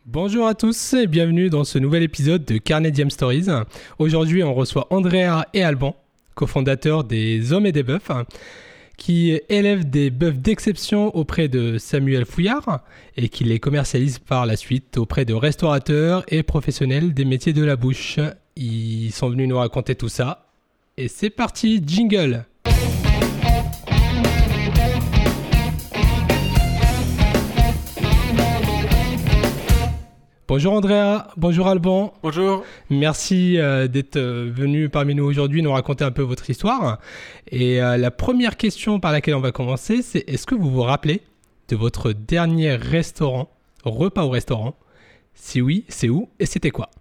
Bonjour à tous et bienvenue dans ce nouvel épisode de Carnet Diem Stories. Aujourd'hui, on reçoit Andrea et Alban, cofondateurs des Hommes et des Bœufs, qui élèvent des bœufs d'exception auprès de Samuel Fouillard et qui les commercialisent par la suite auprès de restaurateurs et professionnels des métiers de la bouche. Ils sont venus nous raconter tout ça. Et c'est parti, jingle! Bonjour Andrea, bonjour Alban. Bonjour. Merci d'être venu parmi nous aujourd'hui nous raconter un peu votre histoire. Et la première question par laquelle on va commencer, c'est est-ce que vous vous rappelez de votre dernier repas au restaurant? Si oui, c'est où et c'était quoi?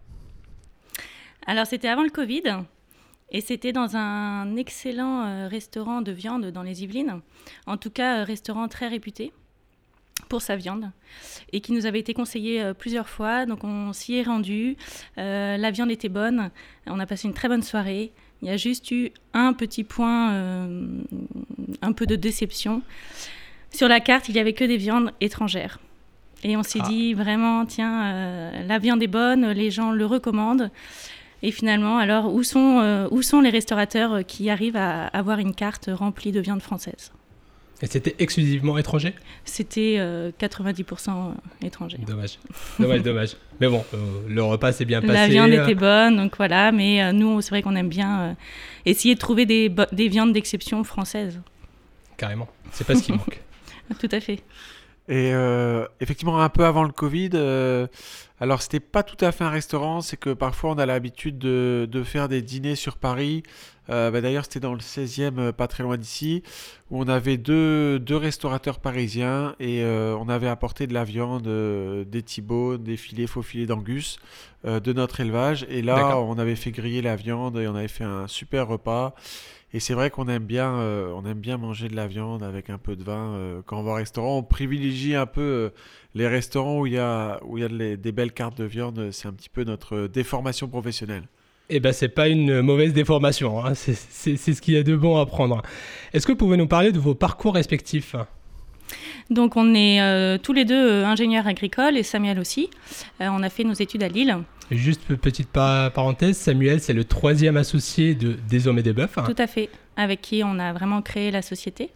Alors c'était avant le Covid et c'était dans un excellent restaurant de viande dans les Yvelines. En tout cas, restaurant très réputé pour sa viande et qui nous avait été conseillé plusieurs fois. Donc on s'y est rendu, la viande était bonne, on a passé une très bonne soirée. Il y a juste eu un petit point, un peu de déception. Sur la carte, il n'y avait que des viandes étrangères. Et on s'est dit vraiment, tiens, la viande est bonne, les gens le recommandent. Et finalement, alors où sont les restaurateurs qui arrivent à avoir une carte remplie de viande française ? Et c'était exclusivement étranger? C'était 90% étranger. Dommage. Mais bon, le repas s'est bien passé. La viande était bonne, donc voilà. Mais nous, c'est vrai qu'on aime bien essayer de trouver des viandes d'exception françaises. Carrément, c'est pas ce qui manque. Tout à fait. Et effectivement, un peu avant le Covid, alors c'était pas tout à fait un restaurant, c'est que parfois on a l'habitude de faire des dîners sur Paris. D'ailleurs, c'était dans le 16e, pas très loin d'ici, où on avait deux restaurateurs parisiens et on avait apporté de la viande, des Thibaut, des faux filets d'Angus de notre élevage. Et là, D'accord. on avait fait griller la viande et on avait fait un super repas. Et c'est vrai qu'on aime bien manger de la viande avec un peu de vin. Quand on va au restaurant, on privilégie un peu les restaurants où il y a des belles cartes de viande. C'est un petit peu notre déformation professionnelle. Eh ben, c'est pas une mauvaise déformation, hein. C'est ce qu'il y a de bon à prendre. Est-ce que vous pouvez nous parler de vos parcours respectifs? Donc on est tous les deux ingénieurs agricoles et Samuel aussi. On a fait nos études à Lille. Juste petite parenthèse, Samuel, c'est le 3e associé des Hommes et des Bœufs. Tout à fait, avec qui on a vraiment créé la société.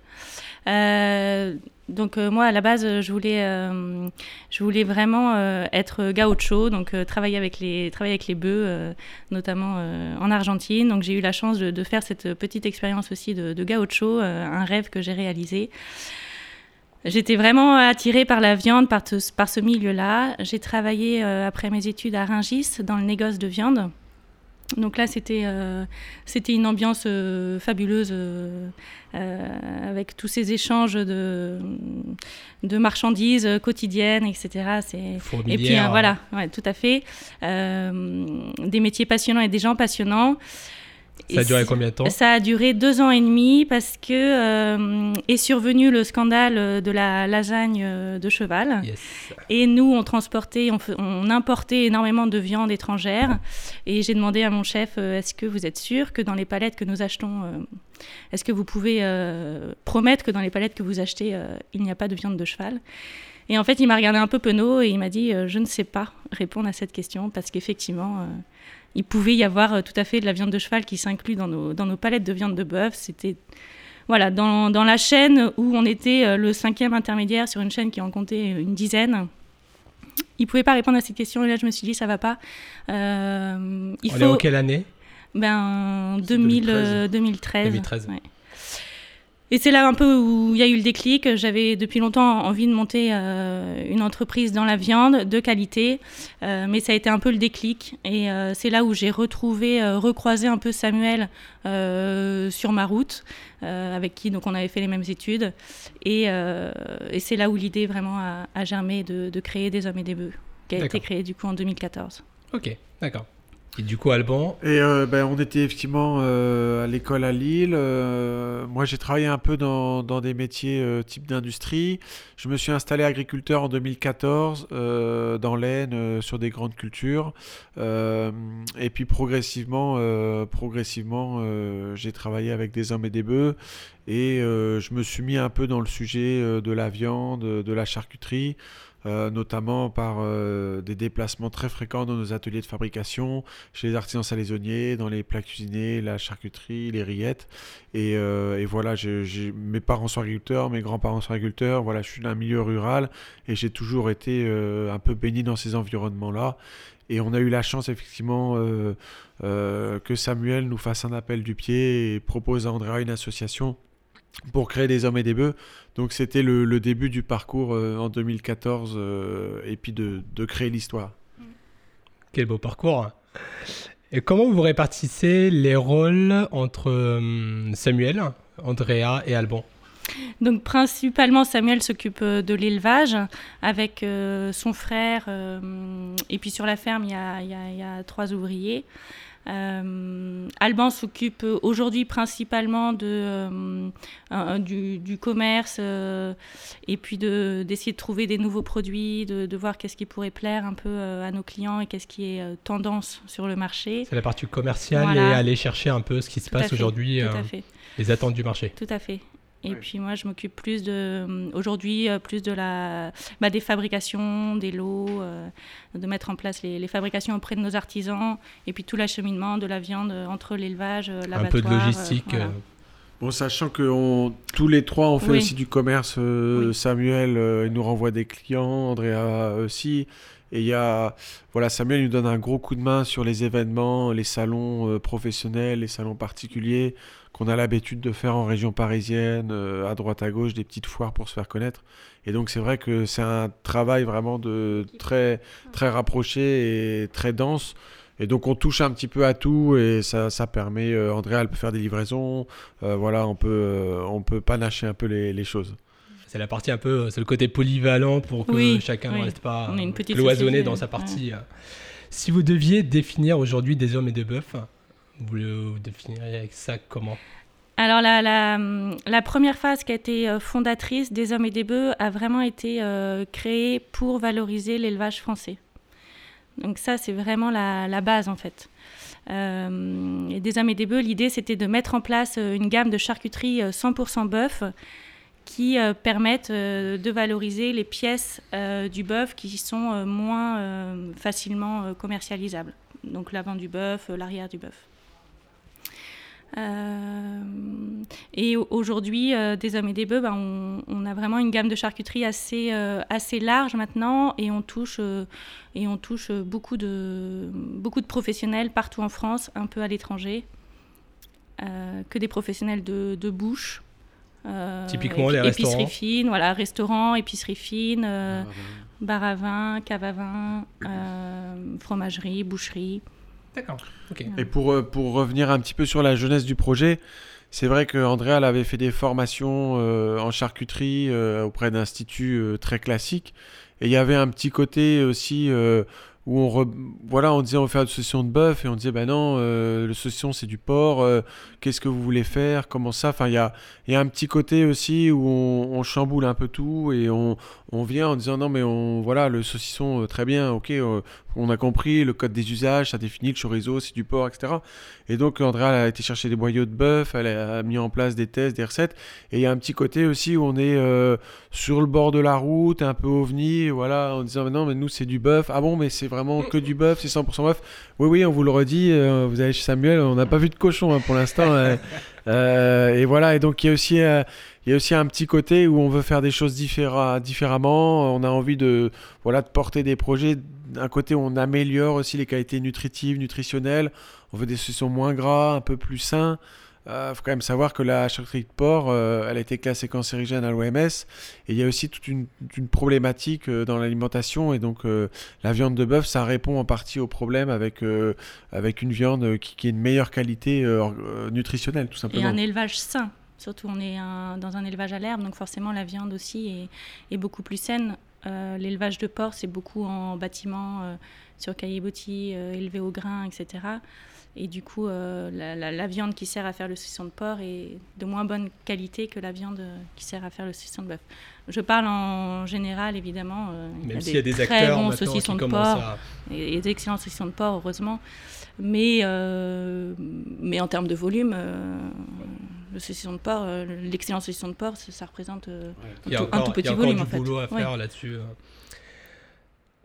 Donc moi, à la base, je voulais vraiment être gaucho, donc travailler avec les bœufs, notamment en Argentine. Donc j'ai eu la chance de faire cette petite expérience aussi de gaucho, un rêve que j'ai réalisé. J'étais vraiment attirée par la viande, par ce milieu-là. J'ai travaillé après mes études à Rungis dans le négoce de viande. Donc là, c'était une ambiance fabuleuse avec tous ces échanges de marchandises quotidiennes, etc. Et puis voilà, ouais, tout à fait. Des métiers passionnants et des gens passionnants. Ça a duré combien de temps? Ça a duré 2 ans et demi parce que est survenu le scandale de la lasagne de cheval. Yes. Et nous, on importait énormément de viande étrangère. Et j'ai demandé à mon chef, est-ce que vous êtes sûr que dans les palettes que nous achetons, est-ce que vous pouvez promettre que dans les palettes que vous achetez, il n'y a pas de viande de cheval ? Et en fait, il m'a regardé un peu penaud et il m'a dit, je ne sais pas répondre à cette question parce qu'effectivement... il pouvait y avoir tout à fait de la viande de cheval qui s'inclut dans nos palettes de viande de bœuf. C'était voilà, dans la chaîne où on était le 5e intermédiaire sur une chaîne qui en comptait une dizaine. Il ne pouvait pas répondre à cette question et là je me suis dit ça ne va pas. On est en quelle année? 2013. 2013. Ouais. Et c'est là un peu où il y a eu le déclic. J'avais depuis longtemps envie de monter une entreprise dans la viande de qualité, mais ça a été un peu le déclic. Et c'est là où j'ai recroisé un peu Samuel sur ma route, avec qui donc on avait fait les mêmes études. Et c'est là où l'idée vraiment a germé de créer des Hommes et des Bœufs, qui a été créé du coup en 2014. Ok, d'accord. Et du coup, Alban? Et on était effectivement à l'école à Lille. Moi, j'ai travaillé un peu dans des métiers type d'industrie. Je me suis installé agriculteur en 2014 dans l'Aisne sur des grandes cultures. Et puis progressivement, j'ai travaillé avec des Hommes et des Bœufs. Et je me suis mis un peu dans le sujet de la viande, de la charcuterie. notamment par des déplacements très fréquents dans nos ateliers de fabrication, chez les artisans salaisonniers, dans les plats cuisinés, la charcuterie, les rillettes. Et voilà, mes parents sont agriculteurs, mes grands-parents sont agriculteurs. Voilà, je suis d'un milieu rural et j'ai toujours été un peu baigné dans ces environnements-là. Et on a eu la chance, effectivement, que Samuel nous fasse un appel du pied et propose à Andrea une association pour créer des hommes et des bœufs. Donc c'était le début du parcours en 2014 et puis de créer l'histoire. Quel beau parcours. Et comment vous répartissez les rôles entre Samuel, Andrea et Alban ? Donc principalement Samuel s'occupe de l'élevage avec son frère et puis sur la ferme il y a 3 ouvriers. Alban s'occupe aujourd'hui principalement du commerce et puis d'essayer de trouver des nouveaux produits, de voir qu'est-ce qui pourrait plaire un peu à nos clients et qu'est-ce qui est tendance sur le marché. C'est la partie commerciale et aller chercher un peu ce qui se passe aujourd'hui, les attentes du marché. Tout à fait. Et puis moi, je m'occupe aujourd'hui plus des fabrications, des lots, de mettre en place les fabrications auprès de nos artisans, et puis tout l'acheminement de la viande entre l'élevage, l'abattoir. Un peu de logistique. Voilà. Bon, sachant que tous les 3, on fait aussi du commerce. Samuel, il nous renvoie des clients, Andrea aussi. Et Samuel nous donne un gros coup de main sur les événements, les salons professionnels, les salons particuliers qu'on a l'habitude de faire en région parisienne, à droite à gauche, des petites foires pour se faire connaître. Et donc c'est vrai que c'est un travail vraiment très, très rapproché et très dense. Et donc on touche un petit peu à tout et ça permet, Andrea elle peut faire des livraisons, on peut panacher un peu les choses. C'est la partie un peu, c'est le côté polyvalent pour que chacun ne reste pas cloisonné dans sa partie. Ouais. Si vous deviez définir aujourd'hui des hommes et des bœufs, vous le définiriez ça comment ? Alors la première phase qui a été fondatrice des hommes et des bœufs a vraiment été créée pour valoriser l'élevage français. Donc ça, c'est vraiment la base en fait. Et des hommes et des bœufs, l'idée c'était de mettre en place une gamme de charcuterie 100% bœuf qui permettent de valoriser les pièces du bœuf qui sont moins facilement commercialisables. Donc l'avant du bœuf, l'arrière du bœuf. Et aujourd'hui, des hommes et des bœufs, on a vraiment une gamme de charcuterie assez large maintenant et on touche beaucoup de professionnels partout en France, un peu à l'étranger, que des professionnels de bouche. Typiquement les restaurants. Épicerie fine, restaurants, épicerie fine, bar à vin, cave à vin, fromagerie, boucherie. D'accord. Okay. Et pour revenir un petit peu sur la jeunesse du projet, c'est vrai qu'Andrea elle avait fait des formations en charcuterie auprès d'instituts très classiques. Et il y avait un petit côté aussi où on disait on va faire une saucisson de bœuf et on disait non, le saucisson c'est du porc, qu'est-ce que vous voulez faire, comment ça, enfin il y a un petit côté aussi où on chamboule un peu tout et on vient en disant non mais le saucisson très bien, ok, on a compris le code des usages, ça définit le chorizo c'est du porc, etc. Et donc Andrea elle a été chercher des boyaux de bœuf, elle a mis en place des tests, des recettes, et il y a un petit côté aussi où on est sur le bord de la route, un peu ovni, en disant non mais nous c'est du bœuf, ah bon mais c'est vraiment que du bœuf, c'est 100% bœuf, oui on vous le redit, vous allez chez Samuel, on n'a pas vu de cochon pour l'instant, et donc il y a aussi un petit côté où on veut faire des choses différemment, on a envie de porter des projets, un côté où on améliore aussi les qualités nutritives, nutritionnelles, on veut des saucissons moins gras, un peu plus sains. Faut quand même savoir que la charcuterie de porc, elle a été classée cancérigène à l'OMS, et il y a aussi toute une problématique dans l'alimentation, et donc la viande de bœuf, ça répond en partie au problème avec une viande qui est de meilleure qualité nutritionnelle, tout simplement. Et un élevage sain. Surtout, on est dans un élevage à l'herbe, donc forcément la viande aussi est beaucoup plus saine. L'élevage de porc, c'est beaucoup en bâtiment, sur caillebotis, élevé au grain, etc. Et du coup, la viande qui sert à faire le saucisson de porc est de moins bonne qualité que la viande qui sert à faire le saucisson de bœuf. Je parle en général, évidemment. Même s'il y a des acteurs bons maintenant saucissons qui de commencent porc, et des excellents saucissons de porc, heureusement. Mais en termes de volume, le saucisson de porc, l'excellent saucisson de porc, ça représente un tout petit volume. Il y a encore du boulot à faire là-dessus.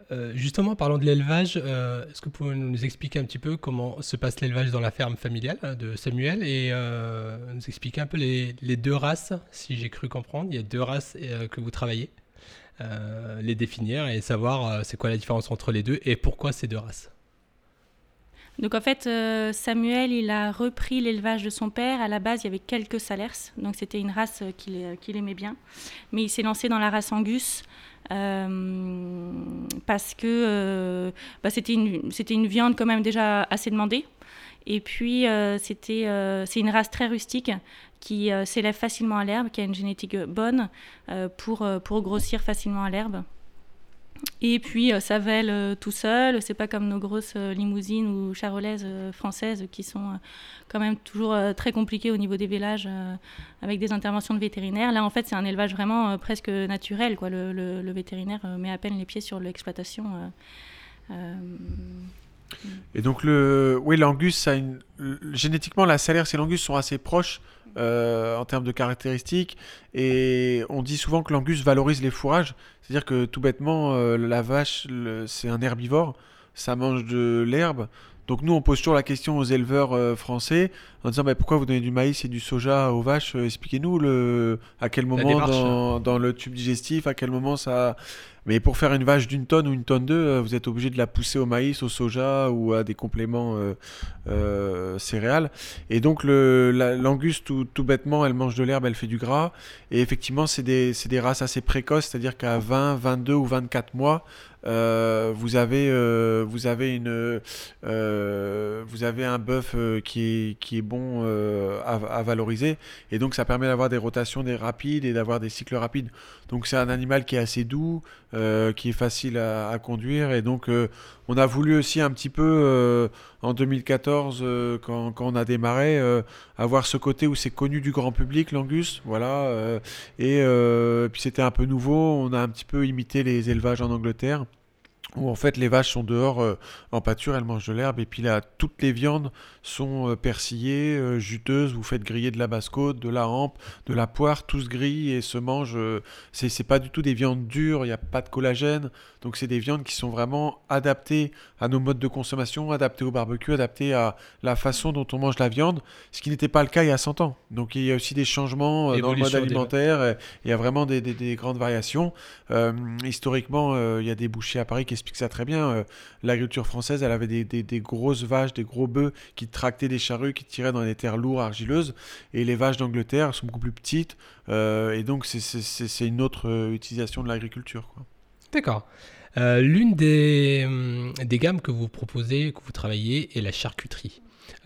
Justement, parlant de l'élevage, est-ce que vous pouvez nous expliquer un petit peu comment se passe l'élevage dans la ferme familiale de Samuel et nous expliquer un peu les deux races, si j'ai cru comprendre. Il y a deux races que vous travaillez, les définir et savoir c'est quoi la différence entre les deux et pourquoi ces deux races. Donc en fait, Samuel, il a repris l'élevage de son père. À la base, il y avait quelques Salers, donc c'était une race qu'il aimait bien. Mais il s'est lancé dans la race Angus parce que c'était une viande quand même déjà assez demandée. Et puis, c'est une race très rustique qui s'élève facilement à l'herbe, qui a une génétique bonne pour grossir facilement à l'herbe. Et puis ça vèle tout seul, c'est pas comme nos grosses limousines ou charolaises françaises qui sont quand même toujours très compliquées au niveau des vélages avec des interventions de vétérinaires. Là en fait c'est un élevage vraiment presque naturel, quoi. Le vétérinaire met à peine les pieds sur l'exploitation. Et donc l'Angus, génétiquement la Salers et l'Angus sont assez proches en termes de caractéristiques, et on dit souvent que l'Angus valorise les fourrages, c'est-à-dire que tout bêtement la vache c'est un herbivore, ça mange de l'herbe. Donc nous on pose toujours la question aux éleveurs français en disant pourquoi vous donnez du maïs et du soja aux vaches, expliquez-nous à quel moment dans le tube digestif, à quel moment ça... Mais pour faire une vache d'1 tonne ou 1 tonne 2, vous êtes obligé de la pousser au maïs, au soja ou à des compléments céréales. Et donc l'Angus, tout bêtement, elle mange de l'herbe, elle fait du gras. Et effectivement, c'est des races assez précoces, c'est-à-dire qu'à 20, 22 ou 24 mois, vous avez un bœuf qui est bon à valoriser, et donc ça permet d'avoir des rotations rapides et d'avoir des cycles rapides. Donc c'est un animal qui est assez doux, qui est facile à conduire, et donc on a voulu aussi un petit peu en 2014 quand on a démarré avoir ce côté où c'est connu du grand public, l'Angus, voilà, et puis c'était un peu nouveau. On a un petit peu imité les élevages en Angleterre, où en fait les vaches sont dehors en pâture, elles mangent de l'herbe, et puis là toutes les viandes sont persillées, juteuses. Vous faites griller de la basse-côte, de la hampe, de la poire, tout se grille et se mange. C'est pas du tout des viandes dures, il n'y a pas de collagène, donc c'est des viandes qui sont vraiment adaptées à nos modes de consommation, adaptées au barbecue, adaptées à la façon dont on mange la viande, ce qui n'était pas le cas il y a 100 ans. Donc il y a aussi des changements dans le mode alimentaire, et il y a vraiment des grandes variations. Historiquement, il y a des bouchers à Paris qui expliquent ça très bien. L'agriculture française, elle avait des grosses vaches, des gros bœufs qui tractaient des charrues, qui tiraient dans des terres lourdes, argileuses, et les vaches d'Angleterre sont beaucoup plus petites, et donc c'est une autre utilisation de l'agriculture, quoi. D'accord. L'une des gammes que vous proposez, que vous travaillez, est la charcuterie.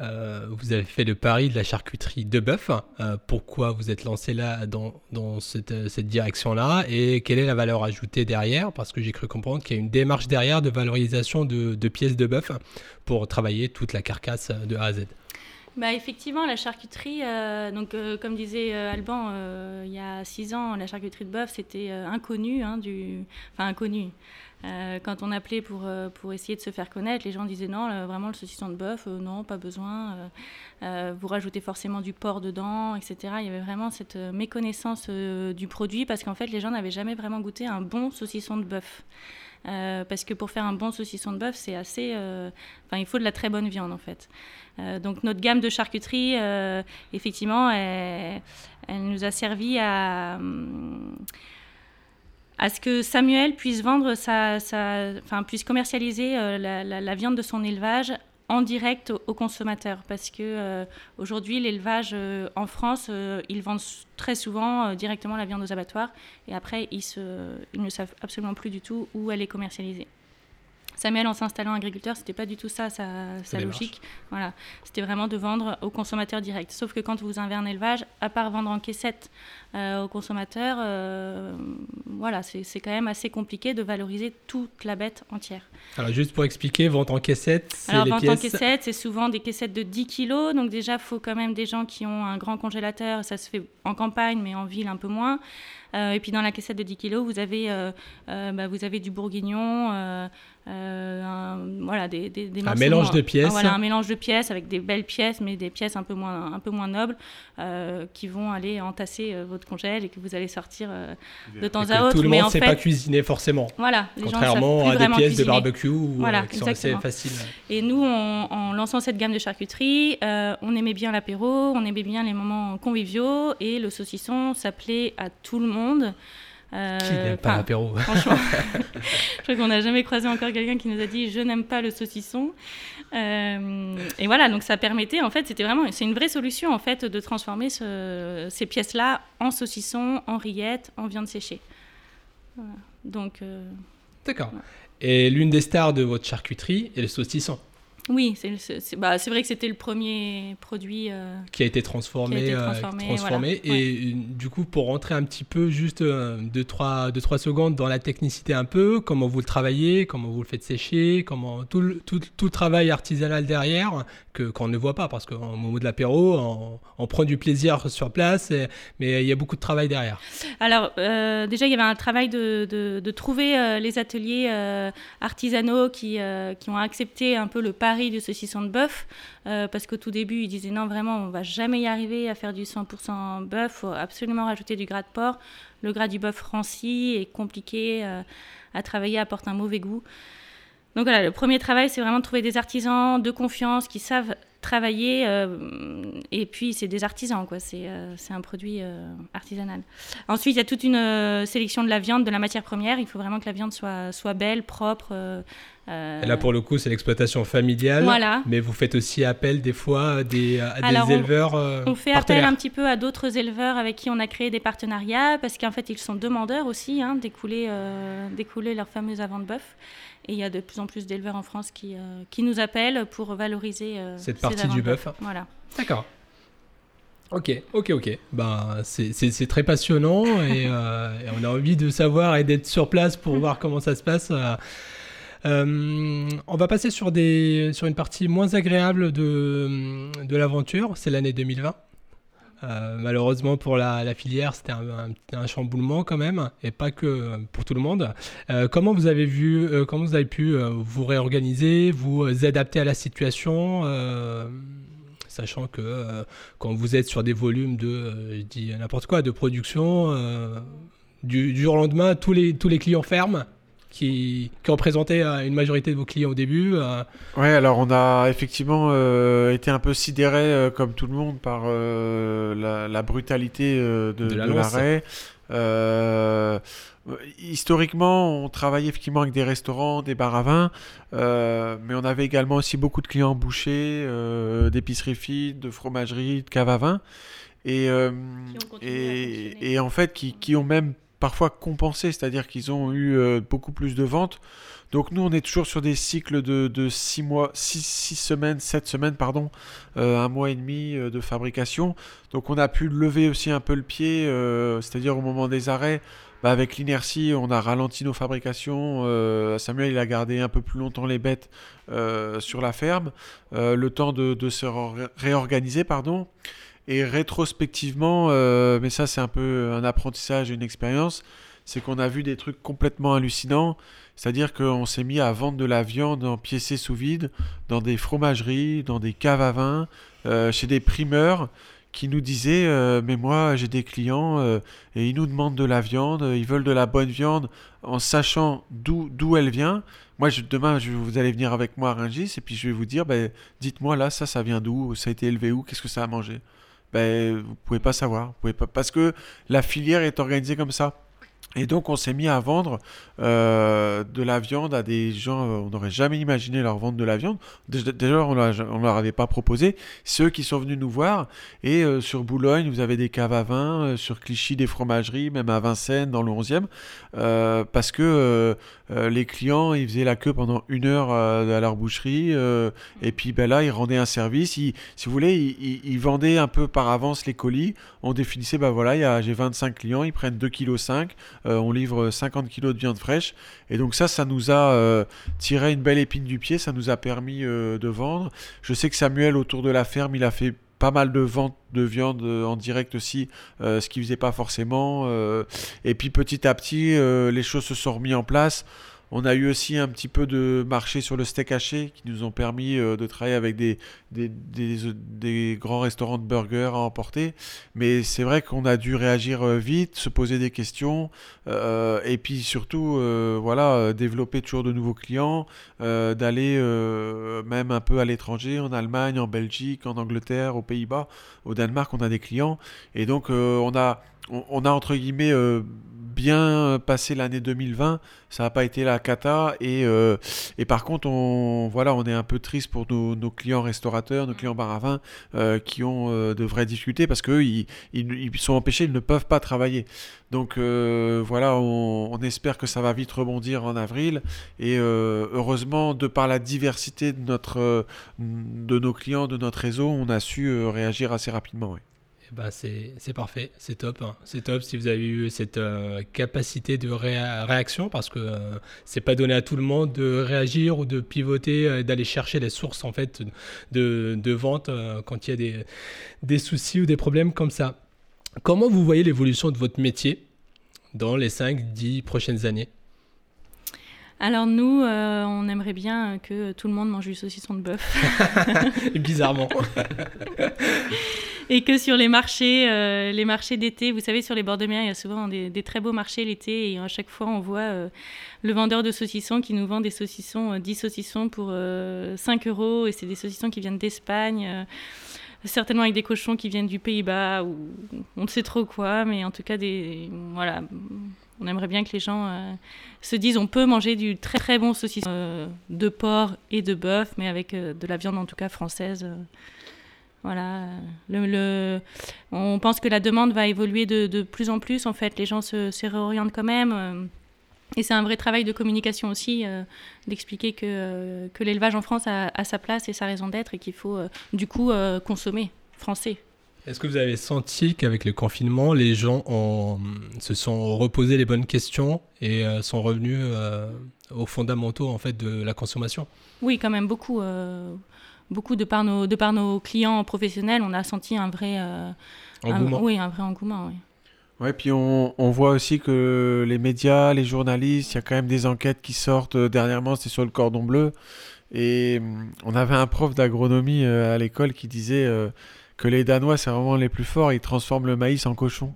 Vous avez fait le pari de la charcuterie de bœuf. Pourquoi vous êtes lancé là dans cette direction-là, et quelle est la valeur ajoutée derrière? Parce que j'ai cru comprendre qu'il y a une démarche derrière de valorisation de pièces de bœuf pour travailler toute la carcasse de A à Z. Effectivement, la charcuterie, comme disait Alban, il y a 6 ans, la charcuterie de bœuf, c'était inconnu, inconnu. Quand on appelait pour essayer de se faire connaître, les gens disaient non, vraiment le saucisson de bœuf, non, pas besoin. Vous rajoutez forcément du porc dedans, etc. Il y avait vraiment cette méconnaissance du produit, parce qu'en fait, les gens n'avaient jamais vraiment goûté un bon saucisson de bœuf. Parce que pour faire un bon saucisson de bœuf, c'est assez... il faut de la très bonne viande, en fait. Donc notre gamme de charcuterie, effectivement, elle nous a servi à ce que Samuel puisse vendre puisse commercialiser la viande de son élevage en direct aux consommateurs, parce que aujourd'hui l'élevage en France, ils vendent très souvent directement la viande aux abattoirs, et après ils ne savent absolument plus du tout où elle est commercialisée. Samuel, en s'installant agriculteur, c'était pas du tout ça sa logique. Voilà, c'était vraiment de vendre aux consommateurs directs. Sauf que quand vous avez un élevage, à part vendre en caissette aux consommateurs, c'est quand même assez compliqué de valoriser toute la bête entière. Alors juste pour expliquer, vente en caissette, c'est les pièces... Vente en caissette, c'est souvent des caissettes de 10 kilos. Donc déjà, il faut quand même des gens qui ont un grand congélateur. Ça se fait en campagne, mais en ville un peu moins. Et puis dans la caissette de 10 kilos, vous avez du bourguignon, voilà, des un mélange de pièces. Voilà, un mélange de pièces avec des belles pièces, mais des pièces un peu moins nobles, qui vont aller entasser votre congèle et que vous allez sortir de temps à autre. Tout le monde ne sait pas cuisiner forcément. Voilà, contrairement à des pièces cuisiner. De barbecue voilà, qui sont assez faciles. Et nous, en lançant cette gamme de charcuterie, on aimait bien l'apéro, on aimait bien les moments conviviaux, et le saucisson s'appelait à tout le monde. Qui n'aime pas l'apéro? Franchement, je crois qu'on n'a jamais croisé encore quelqu'un qui nous a dit « je n'aime pas le saucisson ». Et voilà, donc ça permettait, en fait, c'est une vraie solution, en fait, de transformer ces pièces-là en saucisson, en rillettes, en viande séchée. Voilà. Donc, d'accord. Voilà. Et l'une des stars de votre charcuterie est le saucisson. Oui, c'est vrai que c'était le premier produit qui a été transformé. Voilà. Et du coup, pour rentrer un petit peu, juste 2-3 secondes dans la technicité un peu, comment vous le travaillez, comment vous le faites sécher, comment tout le travail artisanal derrière, qu'on ne voit pas, parce qu'au moment de l'apéro, on prend du plaisir sur place, mais il y a beaucoup de travail derrière. Alors, déjà, il y avait un travail de trouver les ateliers artisanaux qui ont accepté un peu le pari du saucisson de bœuf, parce qu'au tout début, ils disaient non, vraiment, on ne va jamais y arriver à faire du 100% bœuf, il faut absolument rajouter du gras de porc. Le gras du bœuf ranci est compliqué à travailler, apporte un mauvais goût. Donc voilà, le premier travail, c'est vraiment de trouver des artisans de confiance qui savent travailler, et puis c'est des artisans, quoi. C'est un produit artisanal. Ensuite, il y a toute une sélection de la viande, de la matière première. Il faut vraiment que la viande soit belle, propre. Et là, pour le coup, c'est l'exploitation familiale, voilà. Mais vous faites aussi appel des fois à des éleveurs on fait appel un petit peu à d'autres éleveurs avec qui on a créé des partenariats, parce qu'en fait, ils sont demandeurs aussi d'écouler leur fameuse avant de bœuf. Et il y a de plus en plus d'éleveurs en France qui nous appellent pour valoriser cette partie du bœuf. Voilà. D'accord. Ok. Ben, c'est très passionnant et on a envie de savoir et d'être sur place pour voir comment ça se passe. On va passer sur une partie moins agréable de l'aventure. C'est l'année 2020. Malheureusement pour la filière, c'était un chamboulement quand même, et pas que pour tout le monde. Comment vous avez pu vous réorganiser, vous adapter à la situation, sachant que quand vous êtes sur des volumes je dis n'importe quoi, de production, du jour au lendemain, tous les clients ferment, qui représentaient une majorité de vos clients au début. Ouais, alors on a effectivement été un peu sidérés, comme tout le monde, par la brutalité de l'arrêt. Historiquement, on travaillait effectivement avec des restaurants, des bars à vin, mais on avait également aussi beaucoup de clients bouchers, d'épiceries fines, de fromageries, de caves à vin, et en fait qui ont même parfois compensé, c'est-à-dire qu'ils ont eu beaucoup plus de ventes. Donc nous, on est toujours sur des cycles de 6 semaines, 7 semaines, un mois et demi de fabrication. Donc on a pu lever aussi un peu le pied, c'est-à-dire au moment des arrêts, avec l'inertie, on a ralenti nos fabrications. Samuel, il a gardé un peu plus longtemps les bêtes sur la ferme, le temps de se réorganiser, Et rétrospectivement, mais ça c'est un peu un apprentissage, une expérience, c'est qu'on a vu des trucs complètement hallucinants. C'est-à-dire qu'on s'est mis à vendre de la viande en piécée sous vide dans des fromageries, dans des caves à vin, chez des primeurs qui nous disaient mais moi j'ai des clients et ils nous demandent de la viande, ils veulent de la bonne viande en sachant d'où elle vient. Moi demain vous allez venir avec moi à Rungis et puis je vais vous dire dites-moi là ça vient d'où, ça a été élevé où, qu'est-ce que ça a mangé. Vous pouvez pas savoir, vous pouvez pas, parce que la filière est organisée comme ça. Et donc on s'est mis à vendre de la viande à des gens, on n'aurait jamais imaginé leur vendre de la viande. Déjà on leur avait pas proposé. Ceux qui sont venus nous voir, et sur Boulogne vous avez des caves à vin, sur Clichy des fromageries, même à Vincennes dans le 11e, parce que les clients ils faisaient la queue pendant 1 heure à leur boucherie, et puis là ils rendaient un service, si vous voulez ils vendaient un peu par avance les colis. On définissait j'ai 25 clients, ils prennent 2,5 kg, on livre 50 kg de viande fraîche, et donc ça nous a tiré une belle épine du pied, ça nous a permis de vendre. Je sais que Samuel autour de la ferme il a fait pas mal de ventes de viande en direct aussi, ce qu'il faisait pas forcément, et puis petit à petit les choses se sont remises en place. On a eu aussi un petit peu de marché sur le steak haché qui nous ont permis de travailler avec des grands restaurants de burgers à emporter. Mais c'est vrai qu'on a dû réagir vite, se poser des questions et puis surtout développer toujours de nouveaux clients, d'aller même un peu à l'étranger, en Allemagne, en Belgique, en Angleterre, aux Pays-Bas, au Danemark, on a des clients. Et donc on a entre guillemets bien passé l'année 2020, ça n'a pas été la cata et par contre on est un peu triste pour nos clients restaurateurs, nos clients bar à vin qui ont de vraies difficultés parce qu'eux ils sont empêchés, ils ne peuvent pas travailler. Donc on espère que ça va vite rebondir en avril et heureusement de par la diversité de nos clients, de notre réseau, on a su réagir assez rapidement. Oui. C'est parfait, c'est top. C'est top si vous avez eu cette capacité de réaction parce que c'est pas donné à tout le monde de réagir ou de pivoter, d'aller chercher les sources en fait de vente quand il y a des soucis ou des problèmes comme ça. Comment vous voyez l'évolution de votre métier dans les 5-10 prochaines années ? Alors nous, on aimerait bien que tout le monde mange du saucisson de bœuf. Bizarrement. Et que sur les marchés d'été, vous savez, sur les bords de mer, il y a souvent des très beaux marchés l'été. Et à chaque fois, on voit le vendeur de saucissons qui nous vend des saucissons, 10 saucissons pour 5 €. Et c'est des saucissons qui viennent d'Espagne, certainement avec des cochons qui viennent du Pays-Bas ou on ne sait trop quoi. Mais en tout cas, voilà, on aimerait bien que les gens se disent on peut manger du très très bon saucisson de porc et de bœuf, mais avec de la viande en tout cas française. Voilà, on pense que la demande va évoluer de plus en plus. En fait, les gens se réorientent quand même. Et c'est un vrai travail de communication aussi, d'expliquer que l'élevage en France a sa place et sa raison d'être et qu'il faut du coup consommer français. Est-ce que vous avez senti qu'avec le confinement, les gens se sont reposés les bonnes questions et sont revenus aux fondamentaux en fait, de la consommation ? Oui, quand même, beaucoup. Beaucoup de par nos clients professionnels, on a senti un vrai engouement. Un vrai engouement, oui. Ouais, puis on voit aussi que les médias, les journalistes, il y a quand même des enquêtes qui sortent. Dernièrement, c'était sur le cordon bleu. Et on avait un prof d'agronomie à l'école qui disait que les Danois, c'est vraiment les plus forts, ils transforment le maïs en cochon.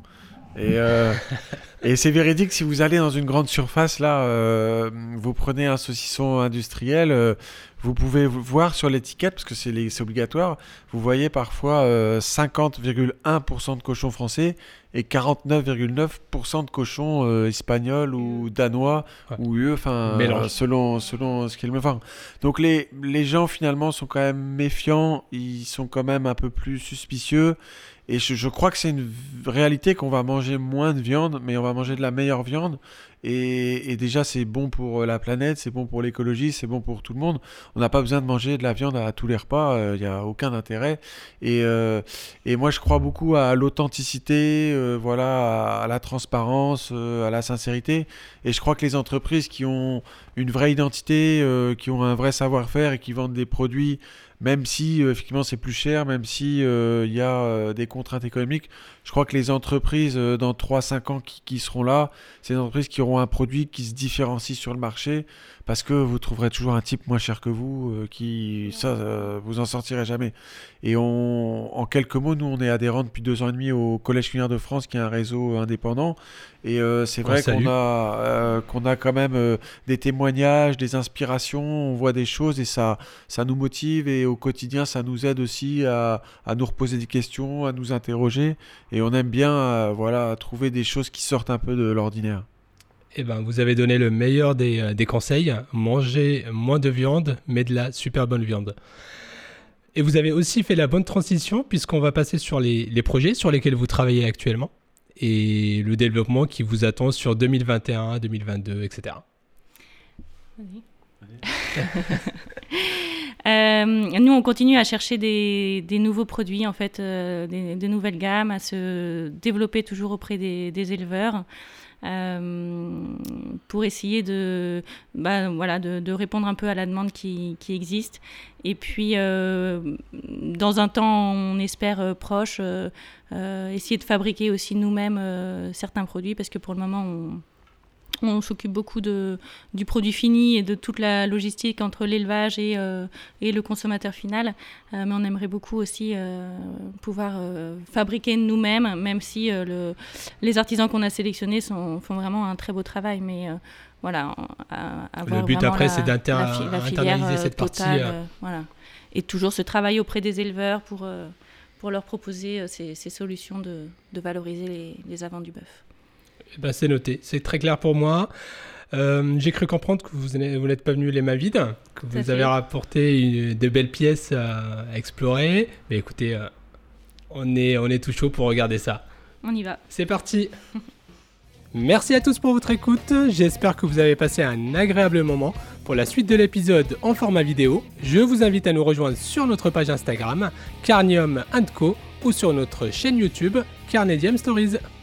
Et c'est véridique, si vous allez dans une grande surface, là, vous prenez un saucisson industriel, vous pouvez voir sur l'étiquette, parce que c'est obligatoire, vous voyez parfois 50,1% de cochons français et 49,9% de cochons espagnols ou danois ou selon ce qu'ils me font. Donc les gens finalement sont quand même méfiants, ils sont quand même un peu plus suspicieux. Et je crois que c'est une réalité qu'on va manger moins de viande, mais on va manger de la meilleure viande. Et déjà, c'est bon pour la planète, c'est bon pour l'écologie, c'est bon pour tout le monde. On n'a pas besoin de manger de la viande à tous les repas, il n'y a aucun intérêt. Et moi, je crois beaucoup à l'authenticité, à la transparence, à la sincérité. Et je crois que les entreprises qui ont une vraie identité, qui ont un vrai savoir-faire et qui vendent des produits, même si effectivement c'est plus cher, même si y a des contraintes économiques, je crois que les entreprises dans 3-5 ans qui seront là, c'est des entreprises qui auront un produit qui se différencie sur le marché, parce que vous trouverez toujours un type moins cher que vous, vous en sortirez jamais. Et en quelques mots, nous on est adhérents depuis 2 ans et demi au Collège culinaire de France, qui est un réseau indépendant. Et c'est vrai qu'on a quand même des témoignages, des inspirations, on voit des choses et ça nous motive, et au quotidien ça nous aide aussi à nous reposer des questions, à nous interroger, et on aime bien trouver des choses qui sortent un peu de l'ordinaire. Eh ben, vous avez donné le meilleur des conseils, manger moins de viande mais de la super bonne viande. Et vous avez aussi fait la bonne transition puisqu'on va passer sur les projets sur lesquels vous travaillez actuellement et le développement qui vous attend sur 2021, 2022, etc. Nous, on continue à chercher des nouveaux produits, en fait, des nouvelles gammes, à se développer toujours auprès des éleveurs. Pour essayer de répondre un peu à la demande qui existe. Et puis, dans un temps, on espère proche, essayer de fabriquer aussi nous-mêmes certains produits, parce que pour le moment, On s'occupe beaucoup du produit fini et de toute la logistique entre l'élevage et le consommateur final. Mais on aimerait beaucoup aussi pouvoir fabriquer nous-mêmes, même si les artisans qu'on a sélectionnés font vraiment un très beau travail. Mais voilà, avoir le but vraiment après, c'est d'internaliser cette totale, partie. Voilà. Et toujours ce travail auprès des éleveurs pour leur proposer ces solutions de valoriser les avants du bœuf. Ben, c'est noté, c'est très clair pour moi. J'ai cru comprendre que vous n'êtes pas venu les mains vides, que vous avez rapporté de belles pièces à explorer. Mais écoutez, on est tout chaud pour regarder ça. On y va. C'est parti. Merci à tous pour votre écoute. J'espère que vous avez passé un agréable moment. Pour la suite de l'épisode en format vidéo, je vous invite à nous rejoindre sur notre page Instagram, Carnium & Co, ou sur notre chaîne YouTube, Carnedium Stories.